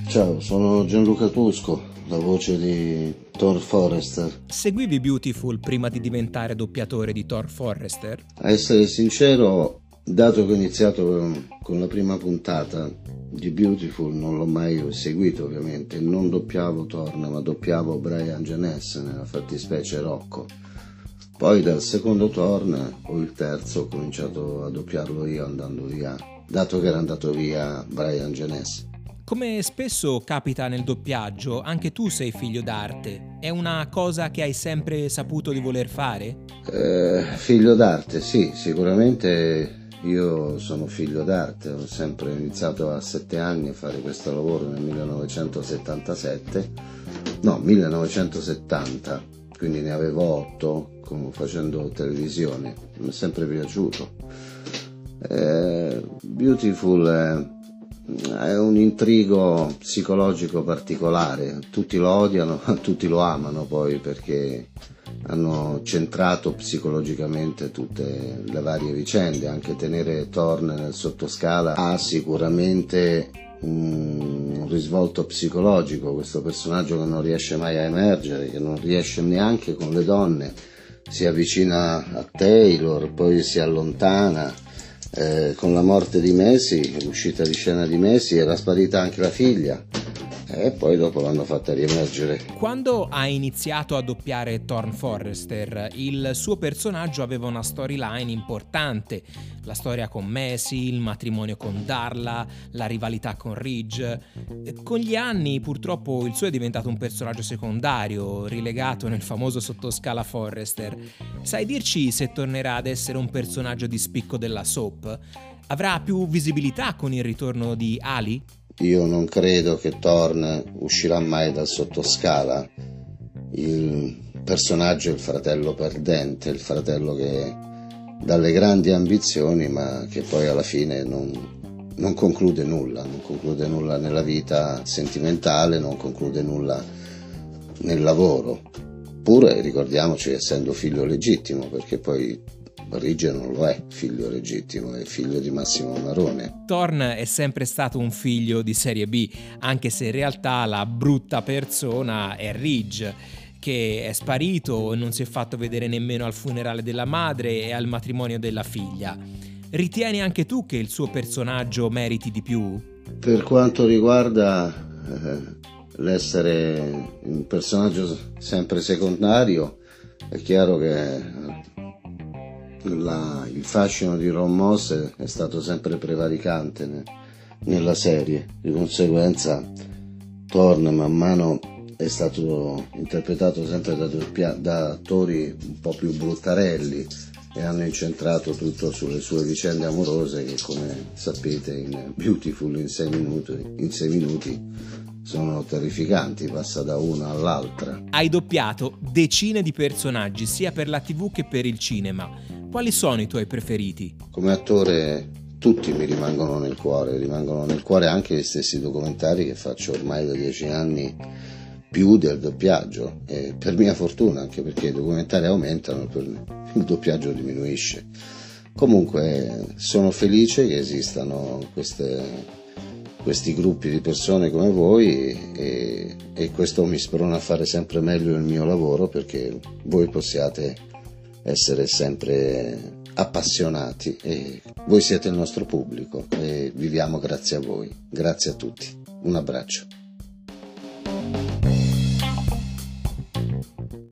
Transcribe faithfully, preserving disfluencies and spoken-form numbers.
Ciao, sono Gianluca Tusco, la voce di Thor Forrester. Seguivi Beautiful prima di diventare doppiatore di Thor Forrester? A essere sincero, dato che ho iniziato con la prima puntata di Beautiful, non l'ho mai seguito ovviamente. Non doppiavo Thor, ma doppiavo Brian Jones, nella fattispecie Rocco. Poi dal secondo Thor o il terzo ho cominciato a doppiarlo io andando via, dato che era andato via Brian Jones. Come spesso capita nel doppiaggio, anche tu sei figlio d'arte. È una cosa che hai sempre saputo di voler fare? Eh, figlio d'arte, sì, sicuramente io sono figlio d'arte. Ho sempre iniziato a sette anni a fare questo lavoro nel millenovecentosettantasette, no, millenovecentosettanta, quindi ne avevo otto facendo televisione. Mi è sempre piaciuto. Eh, Beautiful è... È un intrigo psicologico particolare, tutti lo odiano, tutti lo amano poi perché hanno centrato psicologicamente tutte le varie vicende. Anche tenere Thor nel sottoscala ha sicuramente un risvolto psicologico, questo personaggio che non riesce mai a emergere, che non riesce neanche con le donne, si avvicina a Taylor, poi si allontana. Eh, con la morte di Messi, l'uscita di scena di Messi, era sparita anche la figlia e poi dopo l'hanno fatta riemergere. Quando hai iniziato a doppiare Thor Forrester, il suo personaggio aveva una storyline importante, la storia con Messi, il matrimonio con Darla, la rivalità con Ridge. Con gli anni purtroppo il suo è diventato un personaggio secondario, rilegato nel famoso sottoscala Forrester. Sai dirci se tornerà ad essere un personaggio di spicco della soap? Avrà più visibilità con il ritorno di Ali? Io non credo che Thor uscirà mai dal sottoscala. Il personaggio è il fratello perdente, il fratello che dalle grandi ambizioni ma che poi alla fine non, non conclude nulla, non conclude nulla nella vita sentimentale, non conclude nulla nel lavoro. Pure ricordiamoci, essendo figlio legittimo, perché poi Ridge non lo è figlio legittimo, è figlio di Massimo Marone. Thor è sempre stato un figlio di serie B, anche se in realtà la brutta persona è Ridge, che è sparito e non si è fatto vedere nemmeno al funerale della madre e al matrimonio della figlia. Ritieni anche tu che il suo personaggio meriti di più? Per quanto riguarda eh, l'essere un personaggio sempre secondario, è chiaro che La, il fascino di Ron Moss è, è stato sempre prevaricante ne, nella serie. Di conseguenza Thor man mano è stato interpretato sempre da, doppia, da attori un po' più bruttarelli e hanno incentrato tutto sulle sue vicende amorose che, come sapete, in Beautiful in sei minuti, in sei minuti sono terrificanti, passa da una all'altra. Hai doppiato decine di personaggi sia per la tivù che per il cinema. Quali sono i tuoi preferiti? Come attore tutti mi rimangono nel cuore, rimangono nel cuore anche gli stessi documentari che faccio ormai da dieci anni più del doppiaggio, e per mia fortuna, anche perché i documentari aumentano, il doppiaggio diminuisce. Comunque sono felice che esistano queste, questi gruppi di persone come voi e, e questo mi sprona a fare sempre meglio il mio lavoro, perché voi possiate essere sempre appassionati e voi siete il nostro pubblico e viviamo grazie a voi. Grazie a tutti. Un abbraccio.